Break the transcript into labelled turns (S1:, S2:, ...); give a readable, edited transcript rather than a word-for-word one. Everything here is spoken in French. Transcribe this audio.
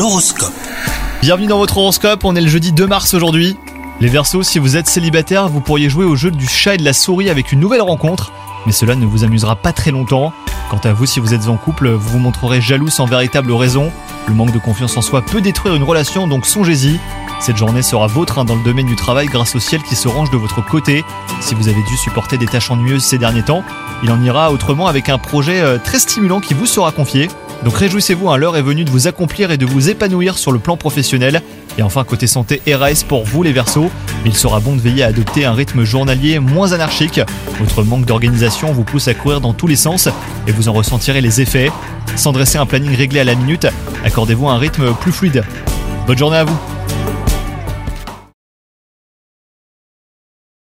S1: L'horoscope.
S2: Bienvenue dans votre horoscope, on est le jeudi 2 mars aujourd'hui. Les Verseaux, si vous êtes célibataire, vous pourriez jouer au jeu du chat et de la souris avec une nouvelle rencontre, mais cela ne vous amusera pas très longtemps. Quant à vous, si vous êtes en couple, vous vous montrerez jaloux sans véritable raison. Le manque de confiance en soi peut détruire une relation, donc songez-y. Cette journée sera vôtre dans le domaine du travail grâce au ciel qui se range de votre côté. Si vous avez dû supporter des tâches ennuyeuses ces derniers temps, il en ira autrement avec un projet très stimulant qui vous sera confié. Donc réjouissez-vous, l'heure est venue de vous accomplir et de vous épanouir sur le plan professionnel. Et enfin, côté santé, RAS pour vous les Verseaux, il sera bon de veiller à adopter un rythme journalier moins anarchique. Votre manque d'organisation vous pousse à courir dans tous les sens et vous en ressentirez les effets. Sans dresser un planning réglé à la minute, accordez-vous un rythme plus fluide. Bonne journée à vous.